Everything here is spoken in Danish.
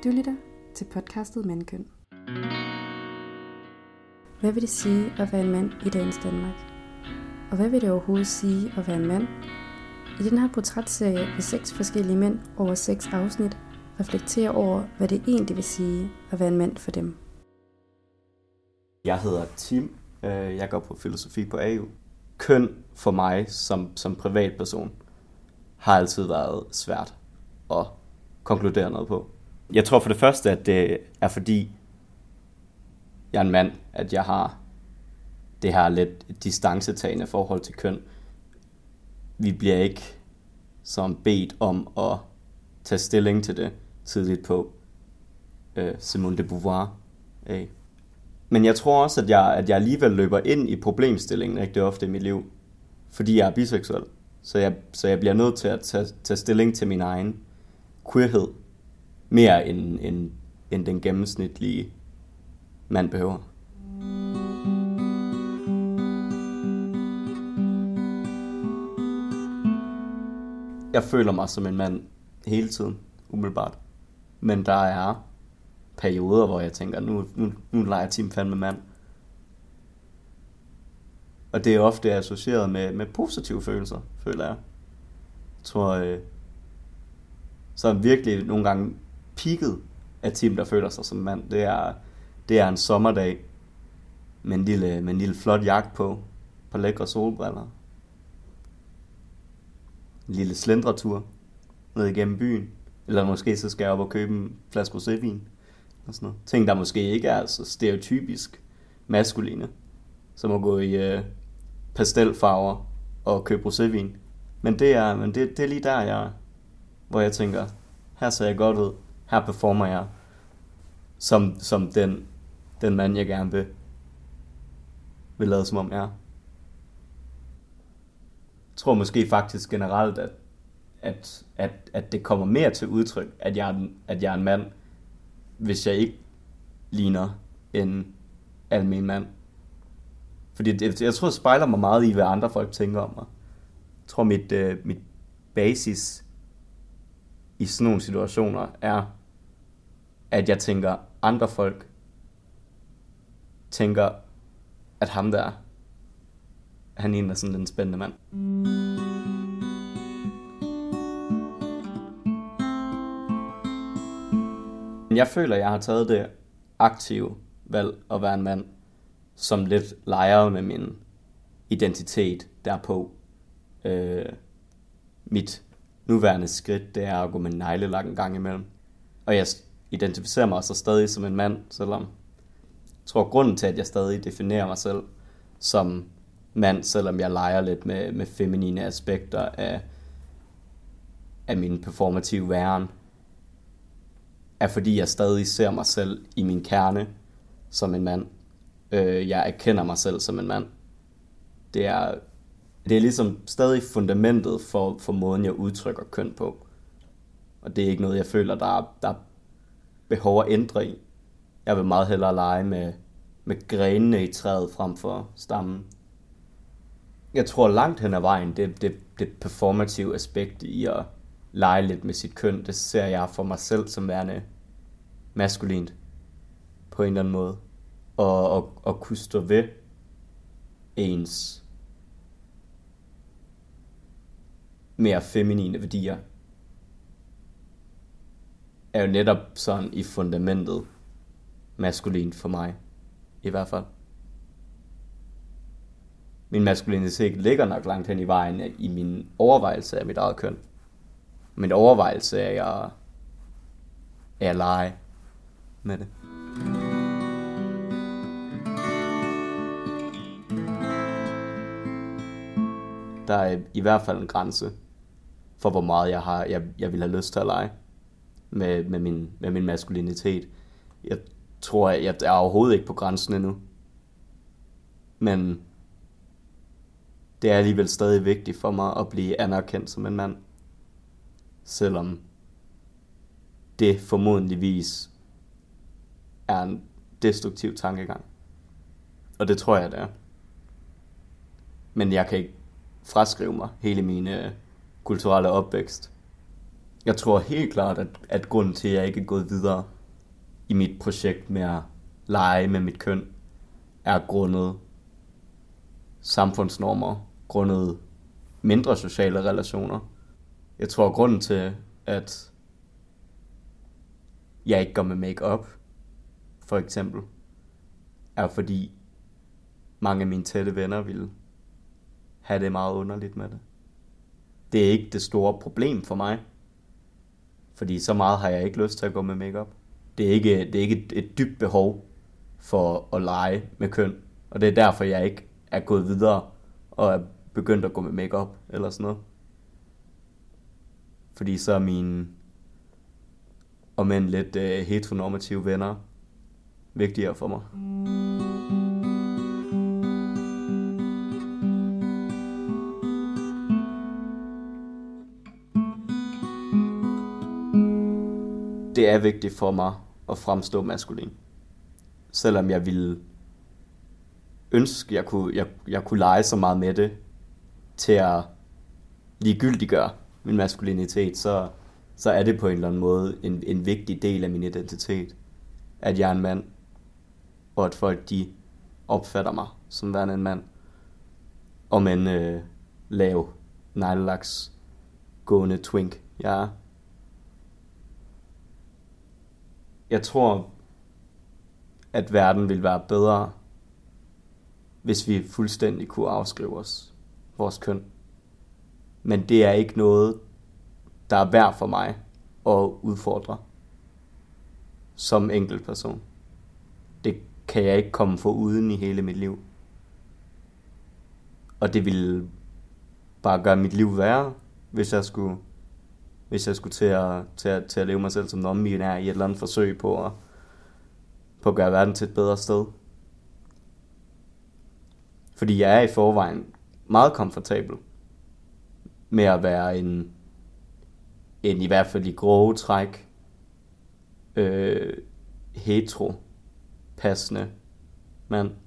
Du lytter til podcastet Mandkøn. Hvad vil det sige at være en mand i dagens Danmark? Og hvad vil det overhovedet sige at være en mand? I den her portrætserie vil 6 forskellige mænd over 6 afsnit reflektere over, hvad det egentlig vil sige at være en mand for dem. Jeg hedder Tim. Jeg går på filosofi på AU. Køn for mig som privatperson har altid været svært at konkludere noget på. Jeg tror for det første, at det er fordi, jeg er en mand, at jeg har det her lidt distancetagende forhold til køn. Vi bliver ikke som bedt om at tage stilling til det tidligt på. Simone de Beauvoir. Men jeg tror også, at jeg alligevel løber ind i problemstillingen rigtig ofte i mit liv, fordi jeg er biseksuel. Så jeg bliver nødt til at tage stilling til min egen queerhed, mere end den gennemsnitlige mand behøver. Jeg føler mig som en mand hele tiden, umiddelbart. Men der er perioder, hvor jeg tænker, nu leger Tim fandme mand. Og det er ofte associeret med positive følelser, føler jeg. Jeg tror, så er virkelig nogle gange peaket af Tim, der føler sig som mand. Det er en sommerdag med en lille flot jakke på lækre solbriller. En lille slendretur ned igennem byen. Eller måske så skal jeg op og købe en flaske rosévin. Og sådan noget. Ting, der måske ikke er så stereotypisk maskuline. Som at gå i pastelfarver og købe rosévin. Men det er lige der, hvor jeg tænker, her ser jeg godt ud. Her performer jeg som den mand, jeg gerne vil lade som om jeg er. Jeg tror måske faktisk generelt, at det kommer mere til udtryk, at jeg er en mand, hvis jeg ikke ligner en almen mand. Fordi jeg tror, det spejler mig meget i, hvad andre folk tænker om mig. Jeg tror, mit basis i sådan nogle situationer er, at jeg tænker, andre folk tænker, at ham der, han er sådan en spændende mand. Jeg føler, jeg har taget det aktive valg at være en mand, som lidt leger med min identitet derpå. Mit nuværende skridt, det er at gå med neglelak en gang imellem. Og jeg identificerer mig også stadig som en mand, selvom jeg tror, grunden til, at jeg stadig definerer mig selv som mand, selvom jeg leger lidt med feminine aspekter af min performative væren, er fordi jeg stadig ser mig selv i min kerne som en mand. Jeg erkender mig selv som en mand. Det er ligesom stadig fundamentet for måden, jeg udtrykker køn på. Og det er ikke noget, jeg føler, der er behov at ændre i. Jeg vil meget hellere lege med grenene i træet frem for stammen. Jeg tror langt hen ad vejen, det performative aspekt i at lege lidt med sit køn, det ser jeg for mig selv som værende maskulint på en eller anden måde. Og kunne stå ved ens mere feminine værdier er jo netop sådan i fundamentet maskulint for mig, i hvert fald. Min maskulinitet ligger nok langt hen i vejen i min overvejelse af mit eget køn. Min overvejelse er at lege med det. Der er i hvert fald en grænse for, hvor meget jeg vil have lyst til at lege med min maskulinitet. Jeg tror, jeg er overhovedet ikke på grænsen endnu. Men det er alligevel stadig vigtigt for mig at blive anerkendt som en mand. Selvom det formodentligvis er en destruktiv tankegang. Og det tror jeg, det er. Men jeg kan ikke fraskrive mig hele min kulturelle opvækst. Jeg tror helt klart, at grunden til, at jeg ikke er gået videre i mit projekt med at lege med mit køn, er grundet samfundsnormer, grundet mindre sociale relationer. Jeg tror, grunden til, at jeg ikke går med make-up, for eksempel, er fordi mange af mine tætte venner ville have det meget underligt med det. Det er ikke det store problem for mig, fordi så meget har jeg ikke lyst til at gå med make-up. Det er ikke et dybt behov for at lege med køn, og det er derfor, jeg ikke er gået videre og er begyndt at gå med make-up eller sådan noget. Fordi så er mine om end lidt heteronormative venner vigtigere for mig. Det er vigtigt for mig at fremstå maskulin. Selvom jeg ville ønske, jeg kunne lege så meget med det, til at ligegyldiggøre min maskulinitet, så er det på en eller anden måde en vigtig del af min identitet, at jeg er en mand, og at folk de opfatter mig som værende en mand, om en lav, neglelaks, gående twink jeg er. Jeg tror, at verden ville være bedre, hvis vi fuldstændig kunne afskrive os vores køn. Men det er ikke noget, der er værd for mig at udfordre som enkeltperson. Det kan jeg ikke komme foruden i hele mit liv. Og det ville bare gøre mit liv værre, hvis jeg skulle til at leve mig selv som non-binær i et eller andet forsøg på at gøre verden til et bedre sted. Fordi jeg er i forvejen meget komfortabel med at være en i hvert fald i grove træk hetero passende mand.